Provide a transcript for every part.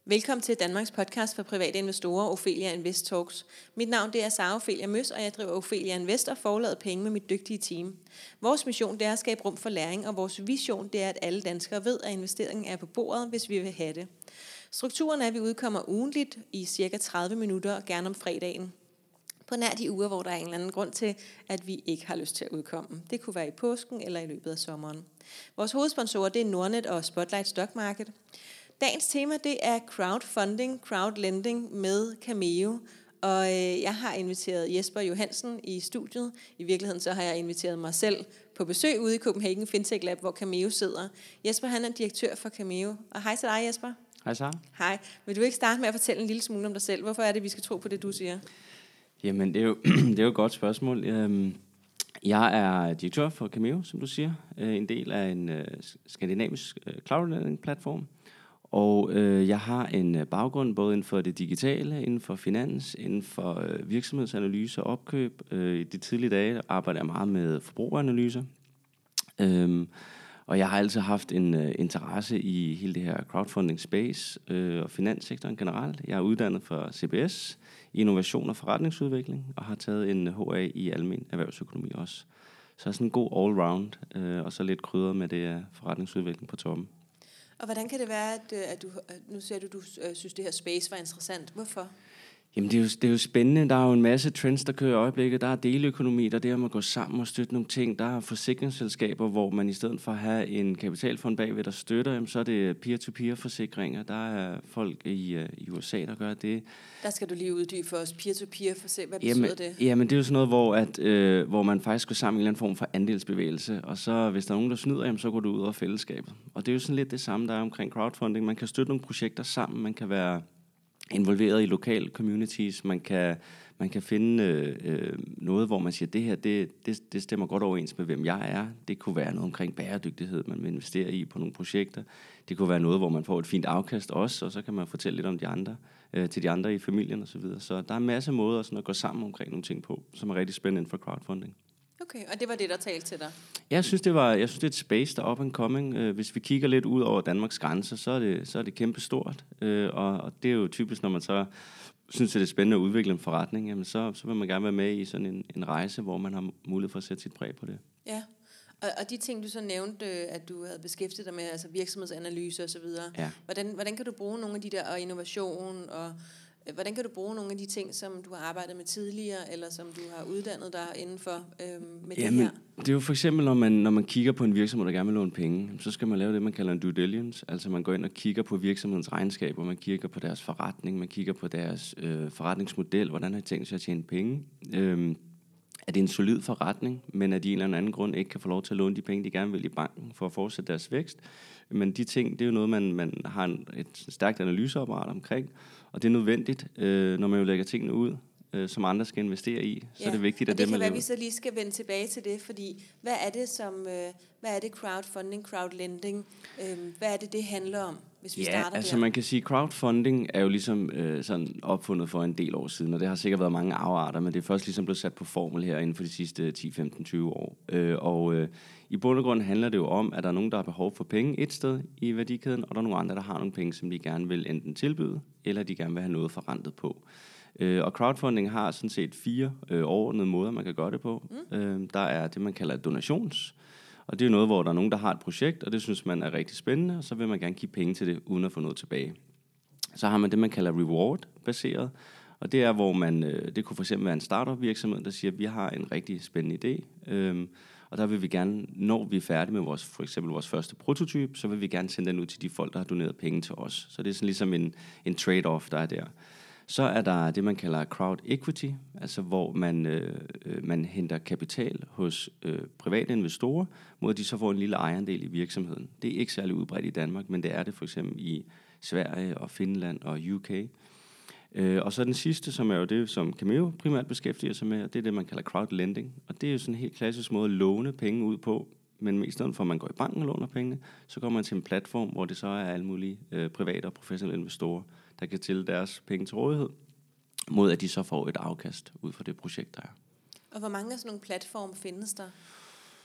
Velkommen til Danmarks podcast for private investorer, Ophelia Invest Talks. Mit navn det er Sara Ophelia Møs, og jeg driver Ophelia Invest og forlader penge med mit dygtige team. Vores mission det er at skabe rum for læring, og vores vision det er, at alle danskere ved, at investeringen er på bordet, hvis vi vil have det. Strukturen er, at vi udkommer ugentligt i cirka 30 minutter, og gerne om fredagen. På nær de uger, hvor der er en eller anden grund til, at vi ikke har lyst til at udkomme. Det kunne være i påsken eller i løbet af sommeren. Vores hovedsponsorer det er Nordnet og Spotlight Stock Market. Dagens tema det er crowdfunding, crowdlending med Cameo, og jeg har inviteret Jesper Johansen i studiet. I virkeligheden så har jeg inviteret mig selv på besøg ude i Copenhagen Fintech Lab, hvor Cameo sidder. Jesper han er direktør for Cameo, og hej til dig Jesper. Hej Sara. Hej. Vil du ikke starte med at fortælle en lille smule om dig selv? Hvorfor er det, vi skal tro på det, du siger? Jamen det er jo et godt spørgsmål. Jeg er direktør for Cameo, som du siger. En del af en skandinavisk crowdlending-platform. Og jeg har en baggrund både inden for det digitale, inden for finans, inden for virksomhedsanalyse og opkøb. I de tidlige dage arbejder jeg meget med forbrugeranalyser. Og jeg har altid haft en interesse i hele det her crowdfunding space og finanssektoren generelt. Jeg er uddannet fra CBS i innovation og forretningsudvikling og har taget en HA i almen erhvervsøkonomi også. Så sådan en god all-round og så lidt krydret med det forretningsudvikling på toppen. Og hvordan kan det være, at du nu siger du synes, det her space var interessant? Hvorfor? Jamen det er jo spændende. Der er jo en masse trends, der kører i øjeblikket. Der er deleøkonomi, der er det om at gå sammen og støtte nogle ting. Der er forsikringsselskaber, hvor man i stedet for at have en kapitalfond bagved, der støtter, jamen, så er det peer-to-peer forsikringer. Der er folk i USA, der gør det. Der skal du lige uddybe for os. Peer-to-peer forsikring, hvad betyder det? Jamen det er jo sådan noget, hvor man faktisk går sammen i en eller anden form for andelsbevægelse. Og så hvis der er nogen, der snyder, jamen, så går du ud over fællesskabet. Og det er jo sådan lidt det samme, der er omkring crowdfunding. Man kan støtte nogle projekter sammen. Man kan være involveret i lokale communities, man kan finde noget, hvor man siger, det her, det stemmer godt overens med, hvem jeg er. Det kunne være noget omkring bæredygtighed, man vil investere i på nogle projekter. Det kunne være noget, hvor man får et fint afkast også, og så kan man fortælle lidt om de andre, til de andre i familien osv. Så der er en masse måder sådan at gå sammen omkring nogle ting på, som er rigtig spændende for crowdfunding. Okay, og det var det, der talte til dig? Jeg synes, det er et space, der er up and coming. Hvis vi kigger lidt ud over Danmarks grænser, så er det kæmpe stort. Og det er jo typisk, når man så synes, det er spændende at udvikle en forretning, jamen så vil man gerne være med i sådan en rejse, hvor man har mulighed for at sætte sit præg på det. Ja, og de ting, du så nævnte, at du havde beskæftiget dig med, altså virksomhedsanalyse og så videre. Ja. Hvordan kan du bruge nogle af de der, og innovation, og hvordan kan du bruge nogle af de ting, som du har arbejdet med tidligere, eller som du har uddannet dig indenfor med det her? Det er jo for eksempel, når man kigger på en virksomhed, der gerne vil låne penge, så skal man lave det, man kalder en due diligence. Altså man går ind og kigger på virksomhedens regnskaber, man kigger på deres forretning, man kigger på deres forretningsmodel, hvordan har de tænkt sig at tjene penge. Er det en solid forretning, men at de en eller anden grund ikke kan få lov til at låne de penge, de gerne vil i banken for at fortsætte deres vækst. Men de ting, det er jo noget, man har et stærkt analyseapparat omkring, og det er nødvendigt, når man jo lægger tingene ud, som andre skal investere i. Så er det vigtigt, at det kan være, vi så lige skal vende tilbage til det, fordi hvad er det crowdfunding, crowdlending? Hvad er det handler om, hvis vi starter altså der? Man kan sige, crowdfunding er jo ligesom sådan opfundet for en del år siden, og det har sikkert været mange afarter, men det er først ligesom blevet sat på formel her inden for de sidste 10, 15, 20 år. I bund og grund handler det jo om, at der er nogen, der har behov for penge et sted i værdikæden, og der er nogle andre, der har nogle penge, som de gerne vil enten tilbyde, eller de gerne vil have noget forrentet på. Og crowdfunding har sådan set 4 overordnede måder, man kan gøre det på. Der er det, man kalder donations. Og det er noget, hvor der er nogen, der har et projekt, og det synes man er rigtig spændende, og så vil man gerne give penge til det, uden at få noget tilbage. Så har man det, man kalder reward-baseret. Og det er, hvor det kunne for eksempel være en startup-virksomhed, der siger, at vi har en rigtig spændende idé. Og der vil vi gerne, når vi er færdige med for eksempel vores første prototype, så vil vi gerne sende den ud til de folk, der har doneret penge til os. Så det er sådan ligesom en trade-off, der er der. Så er der det, man kalder crowd equity, altså hvor man henter kapital hos private investorer, mod at de så får en lille ejerandel i virksomheden. Det er ikke særlig udbredt i Danmark, men det er det for eksempel i Sverige og Finland og UK. Og så den sidste, som er jo det, som Cameo primært beskæftiger sig med, og det er det, man kalder crowdlending. Og det er jo sådan en helt klassisk måde at låne penge ud på, men i stedet for at man går i banken og låner pengene, så går man til en platform, hvor det så er alle mulige private og professionelle investorer, der kan stille deres penge til rådighed, mod at de så får et afkast ud fra det projekt, der er. Og hvor mange af sådan nogle platforme findes der?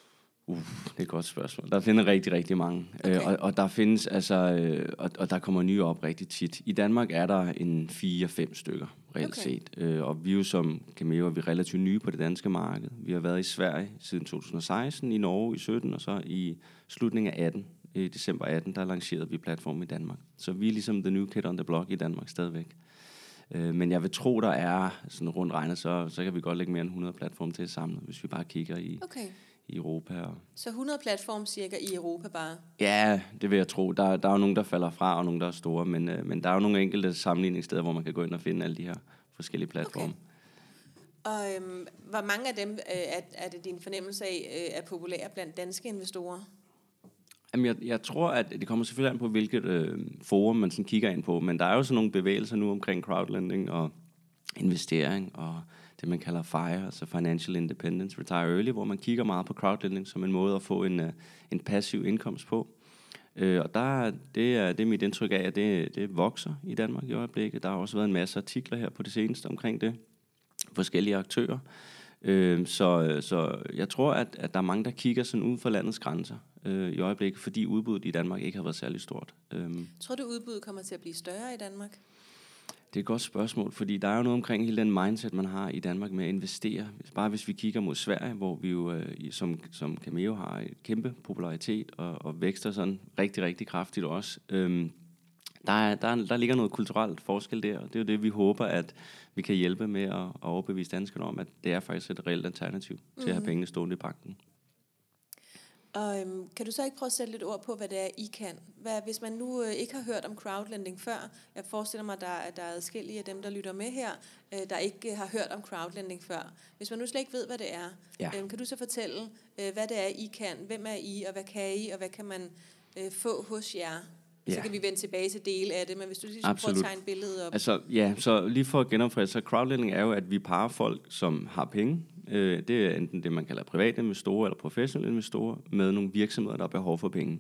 Det er et godt spørgsmål. Der findes rigtig, rigtig mange. Okay. Og der findes og der kommer nye op rigtig tit. I Danmark er der en 4-5 stykker, reelt set. Og vi er jo som Cameo, vi er relativt nye på det danske marked. Vi har været i Sverige siden 2016, i Norge i 17, og så i slutningen af 18, i december 18, der lancerede vi platformen i Danmark. Så vi er ligesom the new kid on the block i Danmark stadigvæk. Men jeg vil tro, der er sådan rundt regnet, så kan vi godt lægge mere end 100 platforme til samlet, hvis vi bare kigger i Europa. Så 100 platforme cirka i Europa bare? Ja, det vil jeg tro. Der er jo nogen, der falder fra, og nogen, der er store, men der er jo nogle enkelte sammenligningssteder, hvor man kan gå ind og finde alle de her forskellige platforme. Okay. Og hvor mange af dem er det din fornemmelse af er populære blandt danske investorer? Jamen, jeg tror, at det kommer selvfølgelig an på, hvilket forum man sådan kigger ind på, men der er jo sådan nogle bevægelser nu omkring crowdlending og investering og det, man kalder FIRE, altså Financial Independence, Retire Early, hvor man kigger meget på crowdlending som en måde at få en passiv indkomst på. Og det er mit indtryk af, at det vokser i Danmark i øjeblikket. Der har også været en masse artikler her på det seneste omkring det. Forskellige aktører. Så jeg tror, at der er mange, der kigger sådan uden for landets grænser i øjeblikket, fordi udbuddet i Danmark ikke har været særlig stort. Tror du, udbuddet kommer til at blive større i Danmark? Det er et godt spørgsmål, fordi der er jo noget omkring hele den mindset, man har i Danmark med at investere. Bare hvis vi kigger mod Sverige, hvor vi jo som Cameo har et kæmpe popularitet og vækster sådan rigtig, rigtig kraftigt også. Der ligger noget kulturelt forskel der, og det er jo det, vi håber, at vi kan hjælpe med at overbevise danskerne om, at det er faktisk et reelt alternativ til at have pengene stående i banken. Og kan du så ikke prøve at sætte lidt ord på, hvad det er, I kan? Hvis man nu ikke har hørt om crowdlending før, jeg forestiller mig, at der er adskillige af dem, der lytter med her, der ikke har hørt om crowdlending før. Hvis man nu slet ikke ved, hvad det er, kan du så fortælle, hvad det er, I kan? Hvem er I, og hvad kan I, og hvad kan man få hos jer? Så kan vi vende tilbage til dele af det, men hvis du lige prøver at tegne billedet op. Altså, så lige for at genopføre, så crowdlending er jo, at vi parer folk, som har penge. Det er enten det, man kalder private investorer eller professionelle investorer, med nogle virksomheder, der har behov for penge.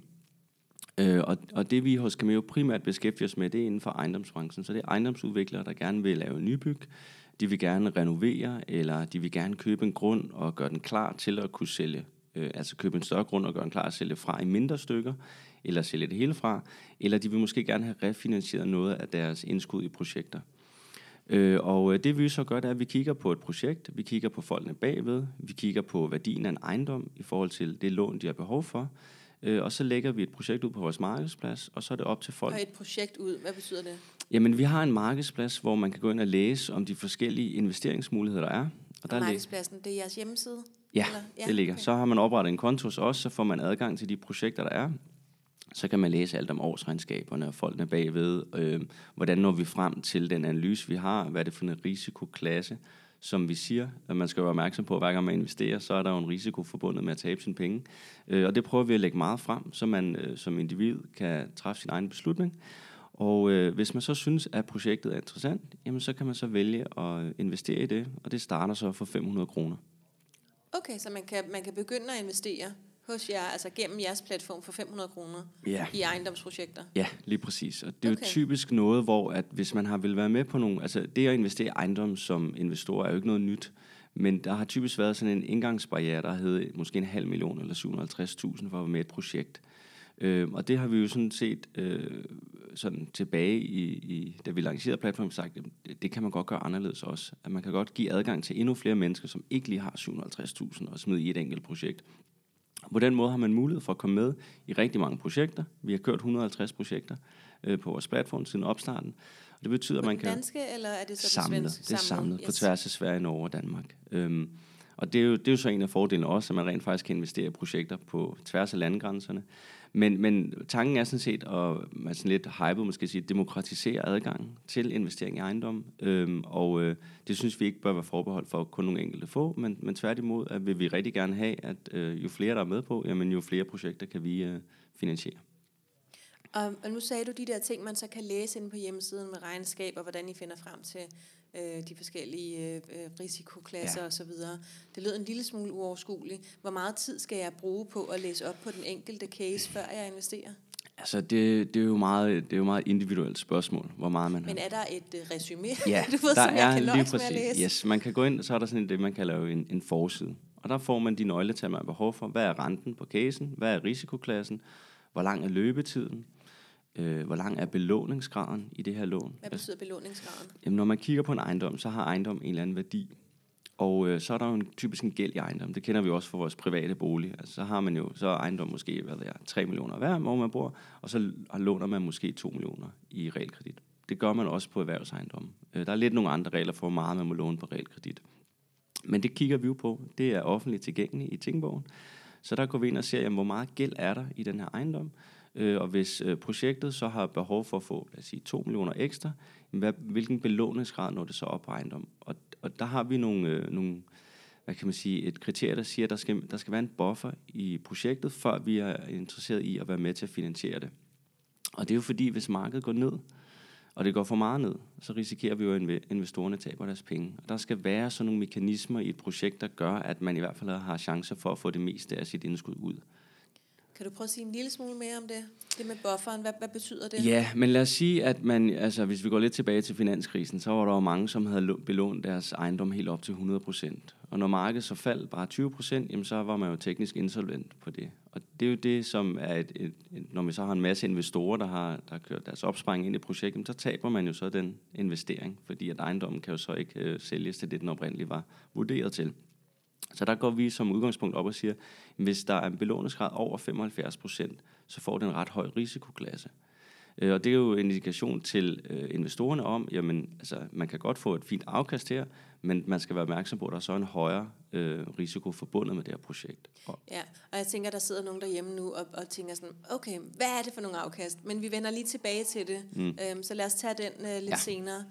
Og det vi hos Cameo primært beskæftiger os med, det er inden for ejendomsbranchen. Så det er ejendomsudviklere, der gerne vil lave nybyg. De vil gerne renovere, eller de vil gerne købe en grund og gøre den klar til at kunne sælge. Altså købe en større grund og gøre den klar at sælge fra i mindre stykker, eller sælge det hele fra, eller de vil måske gerne have refinansieret noget af deres indskud i projekter. Og det vi så gør, det er, at vi kigger på et projekt, vi kigger på folkene bagved, vi kigger på værdien af en ejendom i forhold til det lån, de har behov for, og så lægger vi et projekt ud på vores markedsplads, og så er det op til folk. Og et projekt ud, hvad betyder det? Jamen, vi har en markedsplads, hvor man kan gå ind og læse om de forskellige investeringsmuligheder, der er. Og markedspladsen, det er jeres hjemmeside? Ja, det ligger. Okay. Så har man oprettet en konto hos os, så får man adgang til de projekter, der er. Så kan man læse alt om årsregnskaberne og folkene bagved. Hvordan når vi frem til den analyse, vi har? Hvad er det for en risikoklasse, som vi siger? At man skal være opmærksom på, at hver gang man investerer, så er der jo en risiko forbundet med at tabe sine penge. Og det prøver vi at lægge meget frem, så man som individ kan træffe sin egen beslutning. Og hvis man så synes, at projektet er interessant, jamen så kan man så vælge at investere i det, og det starter så for 500 kroner. Okay, så man kan begynde at investere hos jer, altså gennem jeres platform for 500 kroner i ejendomsprojekter? Ja, lige præcis. Og det er jo typisk noget, hvor at hvis man vil være med på nogle, altså det at investere i ejendom som investor er jo ikke noget nyt, men der har typisk været sådan en indgangsbarriere, der hed måske 500.000 eller 750.000 for at være med i et projekt. Og det har vi jo sådan set sådan tilbage da vi lancerede platformen, sagt, det kan man godt gøre anderledes også. At man kan godt give adgang til endnu flere mennesker, som ikke lige har 750.000 og smide i et enkelt projekt. På den måde har man mulighed for at komme med i rigtig mange projekter. Vi har kørt 150 projekter på vores platform siden opstarten. Og det betyder, at man kan danske, eller er det så samlet? Det er samlet på tværs af Sverige, Norge og Danmark. Og det er jo så en af fordelene også, at man rent faktisk kan investere i projekter på tværs af landegrænserne. Men tanken er sådan set, og man er sådan lidt hypet måske sige, demokratisere adgang til investering i ejendom. Og det synes vi ikke bør være forbeholdt for kun nogle enkelte få, men tværtimod at vil vi rigtig gerne have, at jo flere der er med på, jamen jo flere projekter kan vi finansiere. Og nu sagde du de der ting, man så kan læse inde på hjemmesiden med regnskab, og hvordan I finder frem til de forskellige risikoklasser osv. Det lød en lille smule uoverskueligt. Hvor meget tid skal jeg bruge på at læse op på den enkelte case, før jeg investerer? Altså, det er jo meget individuelt spørgsmål, hvor meget man har. Men er der et resumé, ja, du ved, som jeg kan nøjes med at læse? Yes, man kan gå ind, så er der sådan det, man kalder jo en forside. Og der får man de nøgletal, man har behov for. Hvad er renten på casen? Hvad er risikoklassen? Hvor lang er løbetiden? Hvor lang er belåningsgraden i det her lån? Hvad betyder belåningsgraden? Jamen, når man kigger på en ejendom, så har ejendom en eller anden værdi. Og så er der jo typisk en gæld i ejendom. Det kender vi også fra vores private bolig. Altså, så er ejendom måske 3 millioner hver, hvor man bor, og så låner man måske 2 millioner i realkredit. Det gør man også på erhvervsejendom. Der er lidt nogle andre regler for, hvor meget man må låne på realkredit. Men det kigger vi jo på. Det er offentligt tilgængeligt i Tingbogen. Så der går vi ind og ser, jamen, hvor meget gæld er der i den her ejendom. Og hvis projektet så har behov for at få, lad os sige, 2 millioner ekstra, hvilken belåningsgrad når det så op på ejendom? Og der har vi nogle hvad kan man sige, et kriterie, der siger, at der skal være en buffer i projektet, før vi er interesseret i at være med til at finansiere det. Og det er jo fordi, hvis markedet går ned, og det går for meget ned, så risikerer vi jo, at investorerne taber deres penge. Og der skal være sådan nogle mekanismer i et projekt, der gør, at man i hvert fald har chancer for at få det meste af sit indskud ud. Kan du prøve at sige en lille smule mere om det? Det med bufferen, hvad betyder det? Ja, men lad os sige, at hvis vi går lidt tilbage til finanskrisen, så var der jo mange, som havde belånt deres ejendom helt op til 100%. Og når markedet så faldt bare 20%, jamen så var man jo teknisk insolvent på det. Og det er jo det, som er når vi så har en masse investorer, der har kørt deres opsparing ind i projektet, så taber man jo så den investering, fordi at ejendommen kan jo så ikke sælges til det, den oprindeligt var vurderet til. Så der går vi som udgangspunkt op og siger, at hvis der er en belåningsgrad over 75%, så får det en ret høj risikoklasse. Og det er jo en indikation til investorerne om, jamen, altså, man kan godt få et fint afkast her, men man skal være opmærksom på, at der er så en højere risiko forbundet med det her projekt. Ja, og jeg tænker, der sidder nogen derhjemme nu og tænker sådan, okay, hvad er det for nogle afkast? Men vi vender lige tilbage til det, så lad os tage den lidt senere.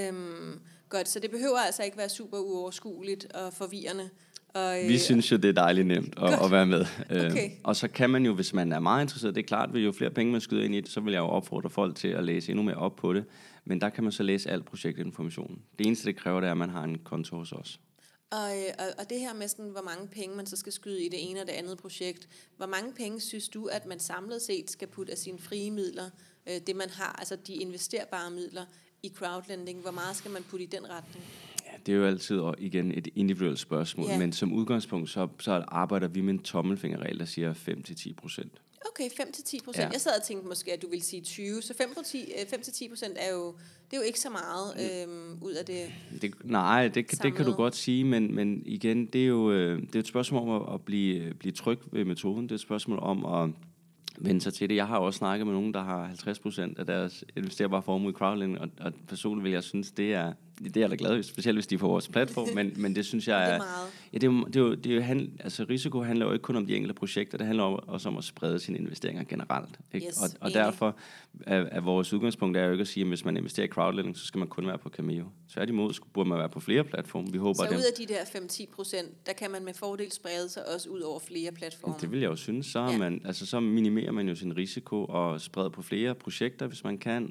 Godt, så det behøver altså ikke være super uoverskueligt og forvirrende. Vi synes jo, det er dejligt nemt at være med. Okay. Og så kan man jo, hvis man er meget interesseret, det er klart, at jo flere penge man skyder ind i det, så vil jeg jo opfordre folk til at læse endnu mere op på det. Men der kan man så læse alt projektinformationen. Det eneste, det kræver, det er, at man har en konto hos os. Og det her med sådan, hvor mange penge man så skal skyde i det ene og det andet projekt, hvor mange penge synes du, at man samlet set skal putte af sine frie midler, det man har, altså de investerbare midler i crowdlending, hvor meget skal man putte i den retning? Det er jo altid igen et individuelt spørgsmål, men som udgangspunkt, så arbejder vi med en tommelfingerregel, der siger 5-10%. Okay, 5-10%. Ja. Jeg sad og tænkte måske, at du ville sige 20, så 5-10% er jo ikke så meget ud af det. Det kan du godt sige, men igen, det er jo et spørgsmål om at blive tryg ved metoden. Det er et spørgsmål om at vende sig til det. Jeg har også snakket med nogen, der har 50% af deres investerbare formue i crowdlending, og personligt vil jeg synes, det er jeg da glad ved, specielt hvis de er på vores platform, men det synes jeg er... Det er meget. Risiko handler jo ikke kun om de enkelte projekter, det handler også om at sprede sine investeringer generelt. Ikke? Yes, og derfor er vores udgangspunkt er jo ikke at sige, at hvis man investerer i crowdlending, så skal man kun være på Cameo. Tværtimod burde man være på flere platforme. Vi håber, så ud af de der 5-10%, der kan man med fordel sprede sig også ud over flere platforme. Det vil jeg jo synes. Så minimerer man jo sin risiko og spreder på flere projekter, hvis man kan,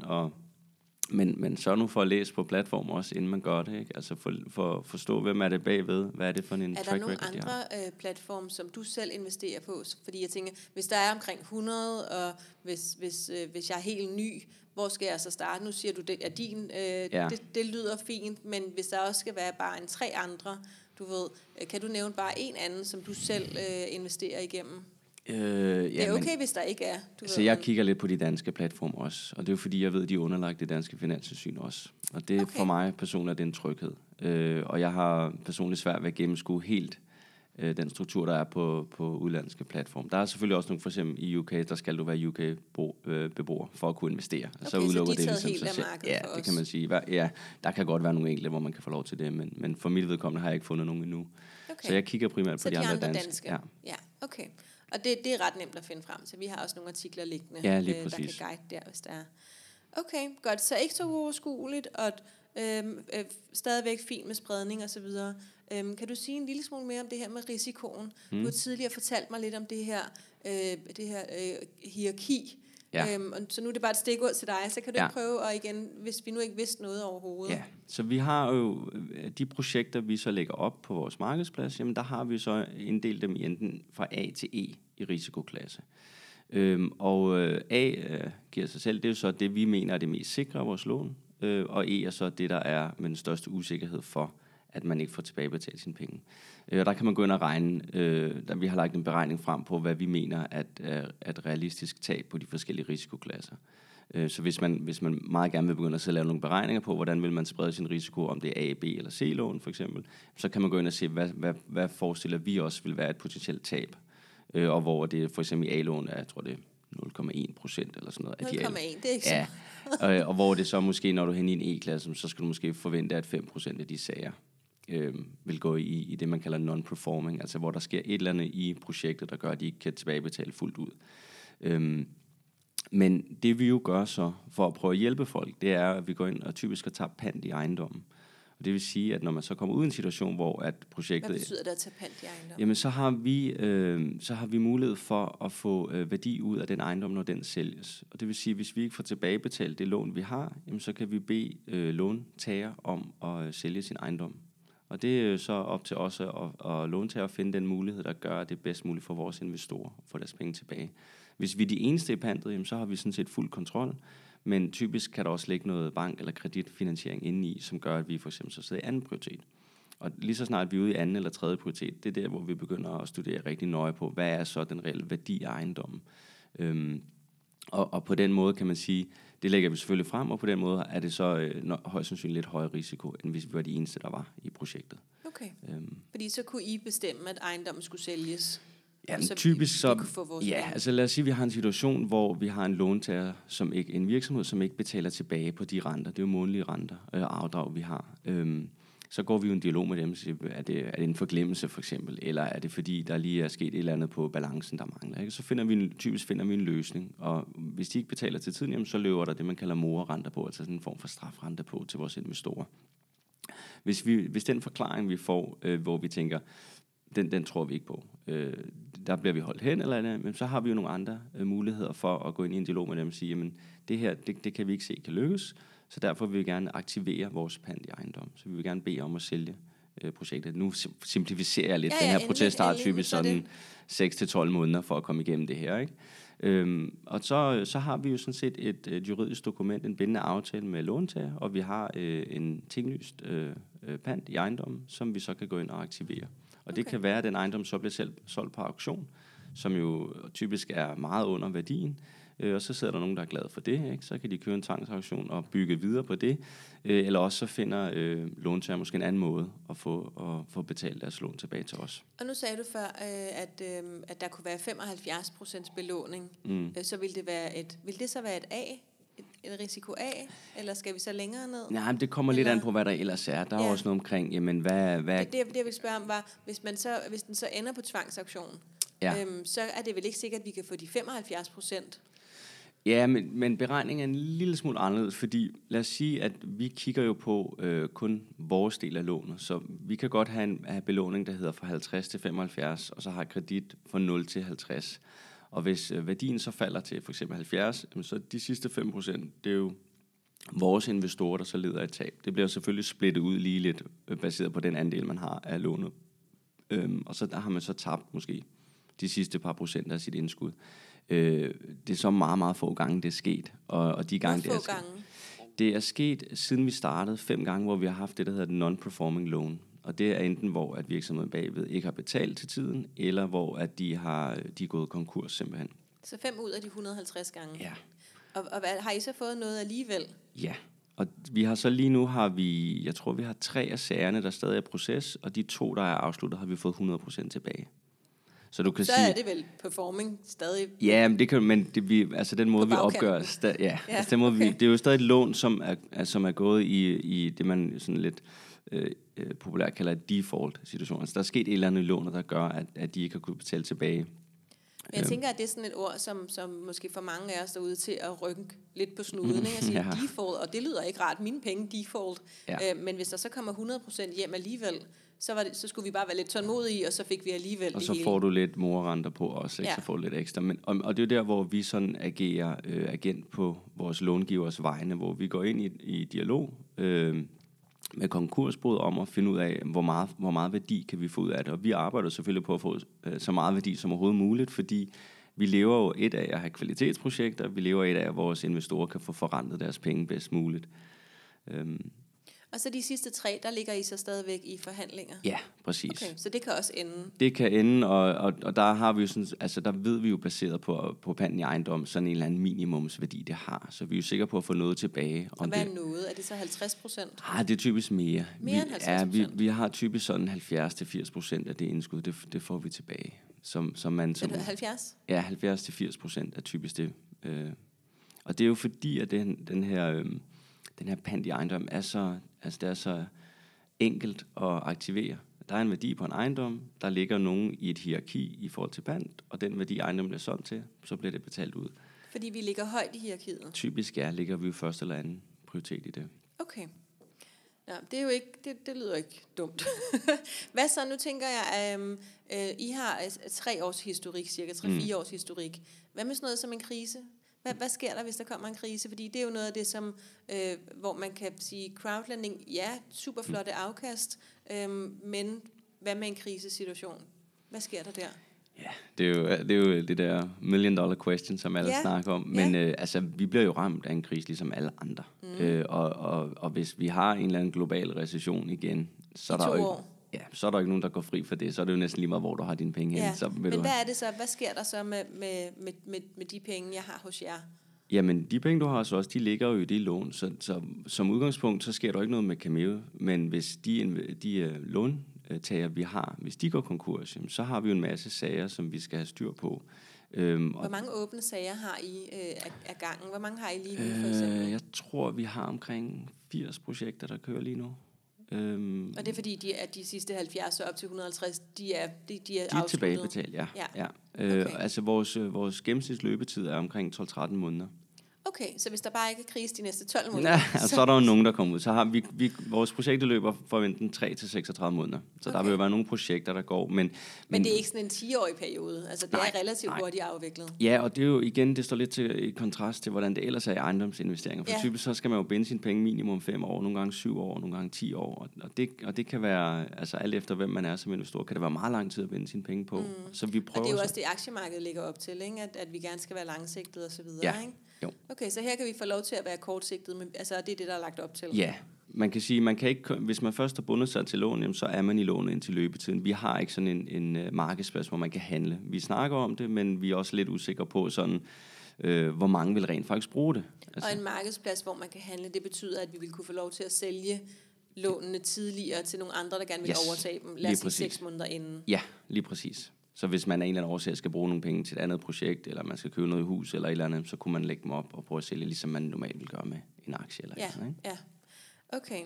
men så nu for at læse på platform også, inden man gør det, ikke? Altså for at forstå, hvem er det bagved, hvad er det for en track record, Er der nogle andre platforme, som du selv investerer på? Fordi jeg tænker, hvis der er omkring 100, og hvis jeg er helt ny, hvor skal jeg så starte? Nu siger du, det er din, det lyder fint, men hvis der også skal være bare en 3 andre, du ved, kan du nævne bare en anden, som du selv investerer igennem? Det er okay, hvis der ikke er. Så jeg kigger lidt på de danske platforme også, og det er jo fordi, jeg ved, de er underlagt det danske finanstilsyn også. Og det for mig personligt er det en tryghed. Og jeg har personligt svært ved at gennemskue helt den struktur, der er på udlandske platforme. Der er selvfølgelig også nogle, for eksempel i UK, der skal du være UK-beboer for at kunne investere. Okay, så de er taget helt af markedet for os. Det kan man sige. Ja, der kan godt være nogle enkelte, hvor man kan få lov til det, men for mit vedkommende har jeg ikke fundet nogen endnu. Okay. Så jeg kigger primært på de andre danske. Ja, okay. Og det er ret nemt at finde frem til. Vi har også nogle artikler liggende, der kan guide der, hvis der er. Okay, godt. Så ikke så uoverskueligt, og stadigvæk fint med spredning og så videre. Kan du sige en lille smule mere om det her med risikoen? Du har tidligere fortalt mig lidt om det her hierarki. Ja. Så nu er det bare et stikord til dig, så kan du ikke prøve, og igen, hvis vi nu ikke vidste noget overhovedet. Ja, så vi har jo de projekter, vi så lægger op på vores markedsplads, jamen der har vi så inddelt dem i enten fra A til E i risikoklasse. A giver sig selv, det er jo så det, vi mener er det mest sikre af vores lån, og E er så det, der er med den største usikkerhed for, at man ikke får tilbagebetalt sine penge. Og der kan man gå ind og regne, der vi har lagt en beregning frem på, hvad vi mener at realistisk tab på de forskellige risikoklasser. Så hvis man meget gerne vil begynde at lave nogle beregninger på, hvordan vil man sprede sin risiko, om det er A, B eller C-lån for eksempel, så kan man gå ind og se, hvad forestiller vi også vil være et potentielt tab. Og hvor det for eksempel i A-lån er, jeg tror det er 0,1% eller sådan noget. 0,1, det er ikke så. Ja, og hvor det så måske, når du er henne i en E-klasse, så skal du måske forvente, at 5% af de sager vil gå i det, man kalder non-performing, altså hvor der sker et eller andet i projektet, der gør, at de ikke kan tilbagebetale fuldt ud. Men det vi jo gør så, for at prøve at hjælpe folk, det er, at vi går ind og typisk tager pant i ejendommen. Og det vil sige, at når man så kommer ud i en situation, hvor at projektet... Hvad betyder det at tage pant i ejendommen? Jamen, så har vi mulighed for at få værdi ud af den ejendom, når den sælges. Og det vil sige, at hvis vi ikke får tilbagebetalt det lån, vi har, jamen, så kan vi bede låntager om at sælge sin ejendom. Og det er så op til os at låntager at finde den mulighed, der gør det bedst muligt for vores investorer at få deres penge tilbage. Hvis vi er de eneste i pantet, jamen, så har vi sådan set fuld kontrol. Men typisk kan der også ligge noget bank- eller kreditfinansiering inde i, som gør, at vi for eksempel så sidder i anden prioritet. Og lige så snart vi er ude i anden eller tredje prioritet, det er der, hvor vi begynder at studere rigtig nøje på, hvad er så den reelle værdi af ejendommen. Og på den måde kan man sige, det lægger vi selvfølgelig frem, og på den måde er det så højst sandsynligt lidt højere risiko, end hvis vi var de eneste, der var i projektet. Okay, fordi så kunne I bestemme, at ejendommen skulle sælges? Ja, typisk så, altså lad os sige, at vi har en situation, hvor vi har en låntager, en virksomhed, som ikke betaler tilbage på de renter. Det er jo månedlige renter og afdrag, vi har. Så går vi jo en dialog med dem og siger, er det en forglemmelse for eksempel, eller er det fordi, der lige er sket et eller andet på balancen, der mangler. Ikke? Så typisk finder vi en løsning, og hvis de ikke betaler til tiden, jamen, så løber der det, man kalder morerenter på, altså sådan en form for strafrente på til vores investorer. Hvis den forklaring, vi får, hvor vi tænker, den tror vi ikke på. Der bliver vi holdt hen, eller andet, men så har vi jo nogle andre muligheder for at gå ind i en dialog med dem og sige, jamen det her, det kan vi ikke se kan lykkes, så derfor vil vi gerne aktivere vores pant i ejendom. Så vi vil gerne bede om at sælge projektet. Nu simplificerer jeg lidt. Den her proces tager typisk sådan 6-12 måneder for at komme igennem det her, ikke? Og så har vi jo sådan set et juridisk dokument, en bindende aftale med låntager, og vi har en tinglyst pant i ejendommen, som vi så kan gå ind og aktivere. Og det kan være, at den ejendom så bliver solgt på auktion, som jo typisk er meget under værdien. Og så sidder der nogen, der er glade for det. Ikke? Så kan de køre en tvangsauktion og bygge videre på det. Eller også så finder låntager måske en anden måde at få betalt deres lån tilbage til os. Og nu sagde du før, at der kunne være 75% belåning. Så vil det så være et A? Et risiko A, eller skal vi så længere ned? Nej, men det kommer lidt an på, hvad der ellers er. Der er også noget omkring, jamen hvad... Det jeg vil spørge om var, hvis den så ender på tvangsauktion, så er det vel ikke sikkert, at vi kan få de 75%? Ja, men beregningen er en lille smule anderledes, fordi lad os sige, at vi kigger jo på kun vores del af lånet, så vi kan godt have belåning, der hedder fra 50 til 75, og så har kredit fra 0 til 50. Og hvis værdien så falder til for eksempel 70, så de sidste 5%, det er jo vores investorer, der så lider et tab. Det bliver selvfølgelig splittet ud lige lidt, baseret på den andel, man har af lånet. Og så der har man så tabt måske de sidste par procent af sit indskud. Det er så meget, meget få gange, det er sket. Og de gange, det er sket, siden vi startede 5 gange, hvor vi har haft det, der hedder non-performing loan. Og det er enten, hvor at virksomheden bagved ikke har betalt til tiden, eller hvor at de er gået konkurs simpelthen. Så 5 ud af de 150 gange? Ja. Og har I så fået noget alligevel? Ja, og vi har så lige nu, jeg tror vi har 3 af sagerne, der stadig er proces, og de 2, der er afsluttet, har vi fået 100% tilbage. Så du kan sige, er det vel performing stadig? Ja, men den måde vi opgør, altså den måde det er jo stadig et lån, som er gået i det man sådan lidt populært kalder et default situation. Altså der er sket et eller andet lån, der gør at de ikke har kunnet betale tilbage. Men jeg tænker, at det er sådan et ord, som måske for mange af os derude til at rykke lidt på snuden, ikke? At sige default, og det lyder ikke rart, mine penge default. Men hvis der så kommer 100% hjem alligevel, så skulle vi bare være lidt tålmodige, og så fik vi alligevel og det så hele. får du lidt morerenter på os, ikke? Så får du lidt ekstra. Og det er der, hvor vi sådan agerer agent på vores långivers vegne, hvor vi går ind i dialog med konkursboet om at finde ud af, hvor meget værdi kan vi få ud af det. Og vi arbejder selvfølgelig på at få så meget værdi som overhovedet muligt, fordi vi lever jo et af at have kvalitetsprojekter, vi lever et af at vores investorer kan få forrentet deres penge bedst muligt. Og så de sidste 3, der ligger I så stadigvæk i forhandlinger? Ja, præcis. Okay, så det kan også ende? Det kan ende, og der har vi jo sådan, altså der ved vi jo baseret på panten i ejendom, sådan en eller anden minimumsværdi, det har. Så vi er jo sikre på at få noget tilbage. Og hvad er noget? Er det så 50%? Det er typisk mere. Mere end 50%? Vi har typisk sådan 70-80% af det indskud, det får vi tilbage. Som man, er det 70? Ja, 70-80% er typisk det. Og det er jo fordi, at den her pant i ejendom er så, altså det er så enkelt at aktivere. Der er en værdi på en ejendom, der ligger nogen i et hierarki i forhold til pant, og den værdi ejendommen bliver solgt til, så bliver det betalt ud. Fordi vi ligger højt i hierarkiet? Typisk ligger vi jo første eller anden prioritet i det. Okay. Ja, det er jo ikke, det lyder ikke dumt. Hvad så? Nu tænker jeg, I har 3 års historik, cirka 3-4 års historik. Hvad med sådan noget som en krise? Hvad sker der, hvis der kommer en krise? Fordi det er jo noget af det, som, hvor man kan sige, crowdlending, ja, super flotte afkast, men hvad med en krisesituation? Hvad sker der der? Ja, det er jo det der $1 million question, som alle snakker om. Men altså, vi bliver jo ramt af en krise, ligesom alle andre. Og hvis vi har en eller anden global recession igen, så er der jo ikke, så er der ikke nogen, der går fri for det. Så er det jo næsten lige meget, hvor du har dine penge hen. Så men hvad er det så? Hvad sker der så med de penge, jeg har hos jer? Jamen, de penge, du har hos os, de ligger jo i det lån. Så som udgangspunkt, så sker der ikke noget med Cameo. Men hvis de låntager, vi har, hvis de går konkurs, så har vi jo en masse sager, som vi skal have styr på. Hvor mange åbne sager har I af gangen? Hvor mange har I lige nu, for eksempel? Jeg tror, vi har omkring 80 projekter, der kører lige nu. Og det er fordi, de sidste 70 og op til 150, de er tilbagebetalt, ja. Okay. Altså vores gennemsnitsløbetid er omkring 12-13 måneder. Okay, så hvis der bare ikke er krise de næste 12 måneder... så er der jo nogen, der kommer ud. Så har vores projekter løber for enten 3-36 måneder. Så der vil jo være nogle projekter, der går. Men det er ikke sådan en 10-årig periode? Altså, det er relativt hurtigt afviklet? Ja, og det er jo igen, det står lidt i kontrast til, hvordan det ellers er i ejendomsinvesteringer. For typisk så skal man jo binde sine penge minimum 5 år, nogle gange 7 år, nogle gange 10 år. Og det kan være, altså alt efter hvem man er som investor, kan det være meget lang tid at binde sine penge på. Så vi prøver. Og det er jo også det, aktiemarkedet ligger op til, ikke? At vi gerne skal være langsigtet og så videre, ikke? Jo. Okay, så her kan vi få lov til at være kortsigtet, men altså det er det, der er lagt op til. Ja, man kan sige, man kan ikke, hvis man først har bundet sig til lån, så er man i lånet indtil løbetiden. Vi har ikke sådan en markedsplads, hvor man kan handle. Vi snakker om det, men vi er også lidt usikre på sådan, hvor mange vil rent faktisk bruge det. Altså. Og en markedsplads, hvor man kan handle, det betyder, at vi vil kunne få lov til at sælge lånene tidligere til nogle andre, der gerne vil overtage dem. Lad os sige 6 måneder inden. Ja, lige præcis. Så hvis man af en eller anden årsag skal bruge nogle penge til et andet projekt, eller man skal købe noget i hus eller et eller andet, så kunne man lægge dem op og prøve at sælge, ligesom man normalt vil gøre med en aktie eller et eller andet. Ja, okay.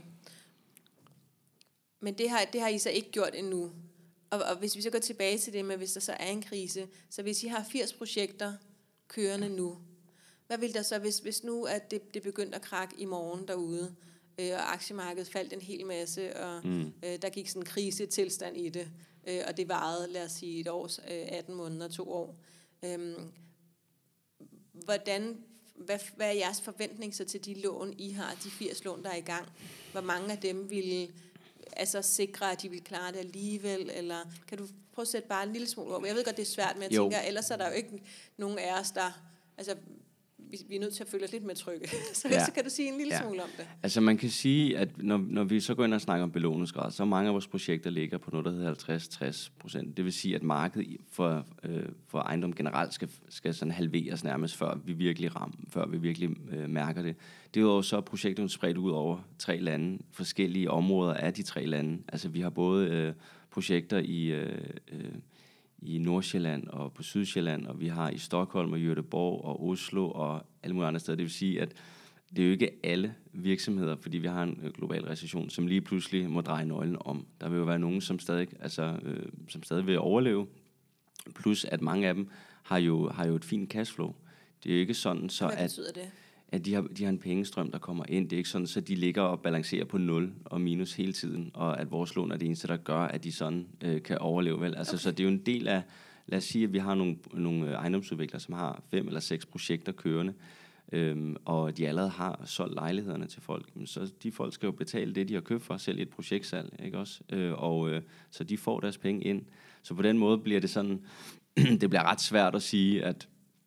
Men det har I så ikke gjort endnu. Og hvis vi så går tilbage til det med, hvis der så er en krise, så hvis I har 80 projekter kørende nu, hvad vil der så, hvis nu at det begyndte at krakke i morgen derude, og aktiemarkedet faldt en hel masse, og der gik sådan en krisetilstand i det, og det varede, lad os sige, et års, 18 måneder, 2 år. Hvad er jeres forventning så til de lån, I har, de 80 lån, der er i gang? Hvor mange af dem vil altså sikre, at de vil klare det alligevel? Eller kan du prøve at sætte bare en lille smule over? Jeg ved godt, det er svært, men jeg tænker, ellers er der jo ikke nogen af os, der... Altså, vi er nødt til at føle os lidt med trygge. Så kan du sige en lille smule om det? Altså man kan sige, at når vi så går ind og snakker om belåningsgrad, så mange af vores projekter ligger på noget, der hedder 50-60%. Det vil sige, at markedet for ejendom generelt skal sådan halveres nærmest, før vi virkelig mærker det. Derudover så er projekterne spredt ud over 3 lande, forskellige områder af de 3 lande. Altså vi har både projekter i Nordsjælland og på Sydsjælland, og vi har i Stockholm og Göteborg og Oslo og alle mulige andre steder. Det vil sige, at det er jo ikke alle virksomheder, fordi vi har en global recession, som lige pludselig må dreje nøglen om. Der vil jo være nogen, som stadig vil overleve, plus at mange af dem har jo et fint cashflow. Det er jo ikke sådan, så hvad betyder det? At de har en pengestrøm, der kommer ind. Det er ikke sådan, så de ligger og balancerer på 0 og minus hele tiden, og at vores lån er det eneste, der gør, at de sådan kan overleve. Vel? Altså, så det er jo en del af, lad os sige, at vi har nogle ejendomsudviklere, som har 5 eller 6 projekter kørende, og de allerede har solgt lejlighederne til folk. Så de folk skal jo betale det, de har købt for, selv i et projektsalg, ikke også? Så de får deres penge ind. Så på den måde bliver det sådan, det bliver ret svært at sige,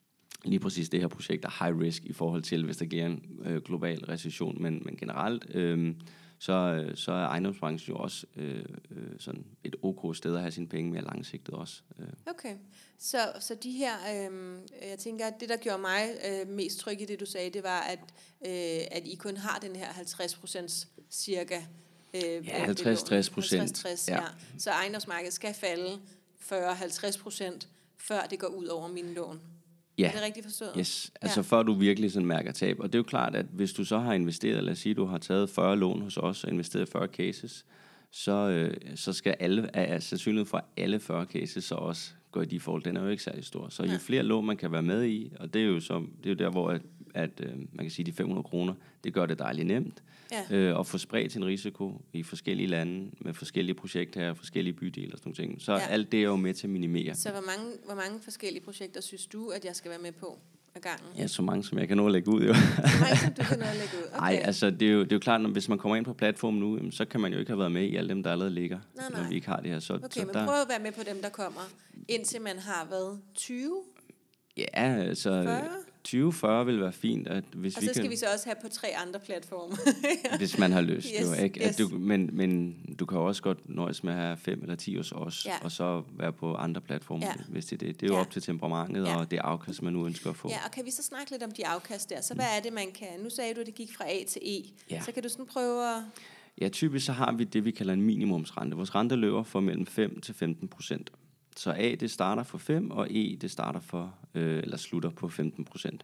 lige præcis det her projekt er high risk i forhold til, hvis der giver en global recession, men generelt, så er ejendomsbranchen jo også sådan et ok sted at have sine penge mere langsigtet også. Okay, så de her, jeg tænker, at det, der gjorde mig mest tryg i det, du sagde, det var, at I kun har den her 50% cirka. Ja, 50-60%. Ja. Så ejendomsmarkedet skal falde 40-50%, før det går ud over mine lån. Ja. Er det rigtigt forstået? Yes, altså før du virkelig sådan mærker tab. Og det er jo klart, at hvis du så har investeret, lad os sige, du har taget 40 lån hos os og investeret 40 cases, så skal sandsynligheden for alle 40 cases så også gå i default. Den er jo ikke særlig stor. Så jo flere lån man kan være med i, og det er jo der, hvor at man kan sige, de 500 kroner, det gør det dejligt nemt. At få spredt sin risiko i forskellige lande, med forskellige projekter her, forskellige bydele og sådan nogle ting. Så alt det er jo med til at minimere. Så hvor mange forskellige projekter synes du, at jeg skal være med på ad gangen? Ja, så mange, som jeg kan nå at lægge ud, jo. Så mange, som du kan nå at lægge ud? Okay. Nej, altså det er jo klart, at hvis man kommer ind på platformen nu, jamen, så kan man jo ikke have været med i alle dem, der allerede ligger, når vi ikke har det her. Okay, men prøv at være med på dem, der kommer, indtil man har været 20? Ja, altså 20-40 vil være fint. At hvis og så skal vi så også have på 3 andre platforme. Hvis man har lyst, jo, ikke? Yes. Men du kan også godt nøjes med at have 5 eller 10 hos os, og så være på andre platforme, hvis det er det. Det er jo op til temperamentet, og det afkast, man nu ønsker at få. Ja, og kan vi så snakke lidt om de afkast der? Så hvad er det, man kan... Nu sagde du, at det gik fra A til E. Ja. Så kan du sådan prøve at... Ja, typisk så har vi det, vi kalder en minimumsrente. Vores rente løber for mellem 5 til 15%. Så A, det starter for 5, og E, det starter for, eller slutter på 15%.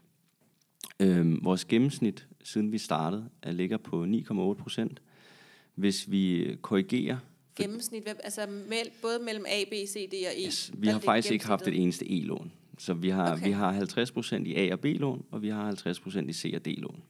Vores gennemsnit, siden vi startede, ligger på 9,8%. Hvis vi korrigerer... Gennemsnit, altså både mellem A, B, C, D og E? Yes, vi har faktisk ikke haft et eneste E-lån. Så vi har 50% i A- og B-lån, og vi har 50% i C- og D-lån.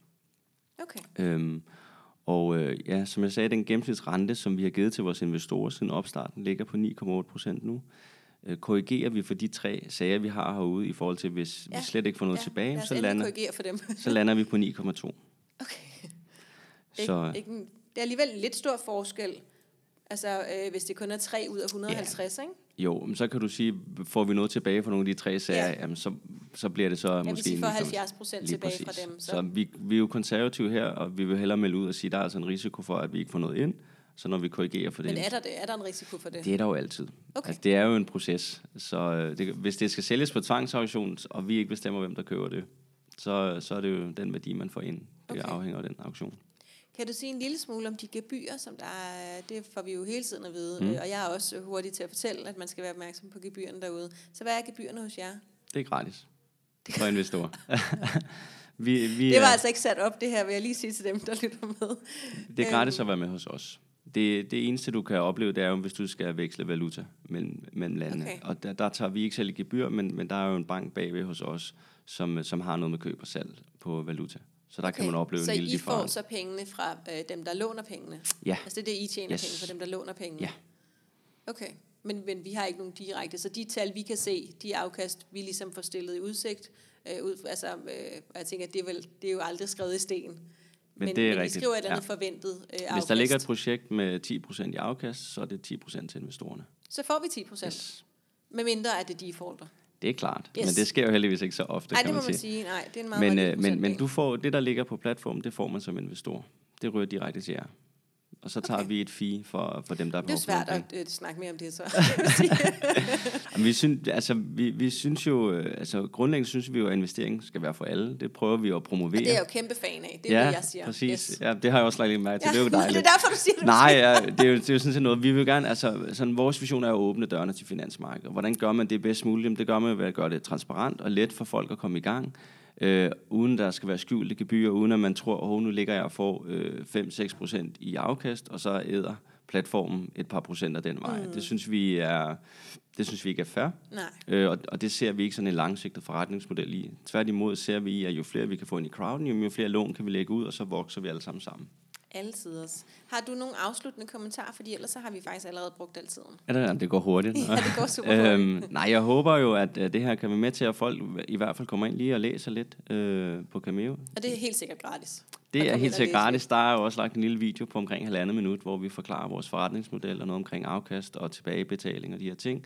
Okay. Som jeg sagde, den gennemsnitsrente, som vi har givet til vores investorer siden opstarten, ligger på 9,8% nu. Korrigerer vi for de 3 sager, vi har herude, i forhold til, hvis vi slet ikke får noget tilbage, så lander vi på 9,2. Okay. Så. Det er alligevel en lidt stor forskel, altså hvis det kun er 3 ud af 150, ikke? Jo, men så kan du sige, får vi noget tilbage fra nogle af de 3 sager, jamen, så bliver det så måske... Hvis vi får 70% tilbage fra dem. Så vi er jo konservative her, og vi vil hellere melde ud og sige, at der er altså en risiko for, at vi ikke får noget ind. Så når vi korrigerer for det... Men er der en risiko for det? Det er der jo altid. Okay. Altså, det er jo en proces. Så hvis det skal sælges på tvangsauktion, og vi ikke bestemmer, hvem der køber det, så er det jo den værdi, man får ind. Det afhænger af den auktion. Kan du sige en lille smule om de gebyrer, som der er? Det får vi jo hele tiden at vide. Og jeg er også hurtig til at fortælle, at man skal være opmærksom på gebyrerne derude. Så hvad er gebyrerne hos jer? Det er gratis. For investorer. Det var altså ikke sat op, det her, vil jeg lige sige til dem, der lytter med. Det er gratis at være med hos os. Det eneste, du kan opleve, det er jo, hvis du skal veksle valuta mellem landene. Okay. Og der tager vi ikke selv i gebyr, men der er jo en bank bagved hos os, som har noget med køb og salg på valuta. Så der kan man opleve en lille differens. Så I får så pengene fra dem, der låner pengene? Ja. Altså det er det, I tjener penge fra dem, der låner pengene? Ja. Okay. Men vi har ikke nogen direkte, så de tal, vi kan se, de afkast, vi ligesom får stillet i udsigt, jeg tænker, at det er jo aldrig skrevet i sten. Men det er rigtigt. Vi skriver et eller andet forventet afkast. Hvis der ligger et projekt med 10% i afkast, så er det 10% til investorerne. Så får vi 10%? Yes. Med mindre er det defaulter? Det er klart, men det sker jo heldigvis ikke så ofte, kan man sige. Nej, det er en meget men du får det, der ligger på platformen, det får man som investor. Det rører direkte til jer. Og så tager vi et fee for dem, der er på. Det er svært at snakke mere om det, så. vi synes jo, grundlæggende synes vi jo, at investering skal være for alle. Det prøver vi at promovere. Og det er jeg jo kæmpe fan af. Det er det, jeg siger. Præcis. Yes. Ja, det har jeg også lagt lidt mærke til. Det er jo dejligt. Det er derfor, du siger det. Nej, det er jo sådan set noget. Vi vil gerne, sådan, vores vision er at åbne dørene til finansmarkedet. Hvordan gør man det bedst muligt? Det gør man ved at gøre det transparent og let for folk at komme i gang. Uden der skal være skjulte gebyrer, uden at man tror, nu ligger jeg og får 5-6% i afkast, og så æder platformen et par procent af den vej. Det synes vi ikke er fair. Nej. Og det ser vi ikke sådan en langsigtet forretningsmodel i. Tværtimod ser vi, at jo flere vi kan få ind i crowden, jo flere lån kan vi lægge ud, og så vokser vi alle sammen. Altid også. Har du nogle afsluttende kommentarer? Fordi ellers så har vi faktisk allerede brugt al tiden. Ja, det går hurtigt. Ja, det går super hurtigt. Nej, jeg håber jo, at det her kan være med til, at folk i hvert fald kommer ind lige og læser lidt på Cameo. Og det er helt sikkert gratis. Det er helt sikkert gratis. Der er jo også lagt en lille video på omkring 1,5 minut, hvor vi forklarer vores forretningsmodel og noget omkring afkast og tilbagebetaling og de her ting.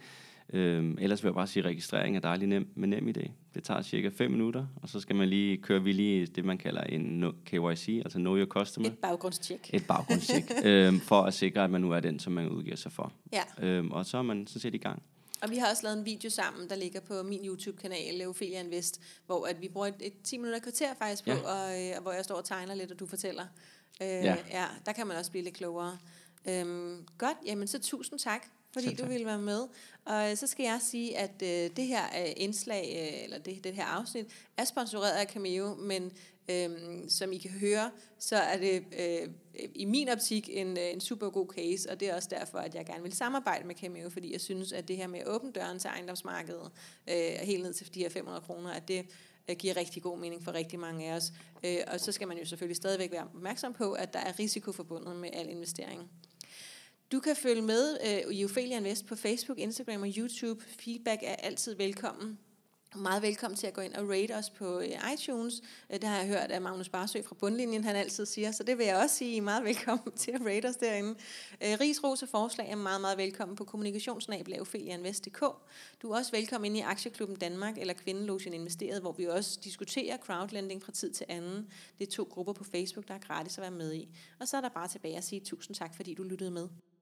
Ellers vil jeg bare sige, at registrering er dejligt nemt med NemID. Det tager cirka 5 minutter, og så skal man lige køre det, man kalder en KYC, altså Know Your Customer. Et baggrundstjek. Et baggrundstjek, for at sikre, at man nu er den, som man udgiver sig for. Ja. Og så er man sådan set i gang. Og vi har også lavet en video sammen, der ligger på min YouTube-kanal, Ophelia Invest, hvor at vi bruger et 10 minutter kvarter faktisk på, og hvor jeg står og tegner lidt, og du fortæller. Der kan man også blive lidt klogere. Godt, jamen så tusind tak, fordi du ville være med. Og så skal jeg sige, at det her indslag, eller det her afsnit, er sponsoreret af Cameo, men som I kan høre, så er det i min optik en super god case, og det er også derfor, at jeg gerne vil samarbejde med Cameo, fordi jeg synes, at det her med at åbne døren til ejendomsmarkedet, helt ned til de her 500 kroner, at det giver rigtig god mening for rigtig mange af os. Og så skal man jo selvfølgelig stadigvæk være opmærksom på, at der er risiko forbundet med al investering. Du kan følge med i Ophelia Invest på Facebook, Instagram og YouTube. Feedback er altid velkommen. Meget velkommen til at gå ind og rate os på iTunes. Det har jeg hørt af Magnus Barsø fra Bundlinjen, han altid siger, så det vil jeg også sige. I er meget velkommen til at rate os derinde. Ris, ros og forslag er meget, meget velkommen på kommunikationsnabel@opheliainvest.dk. Du er også velkommen ind i Aktieklubben Danmark eller Kvindelogen Investeret, hvor vi også diskuterer crowdlending fra tid til anden. Det er 2 grupper på Facebook, der er gratis at være med i. Og så er der bare tilbage at sige tusind tak, fordi du lyttede med.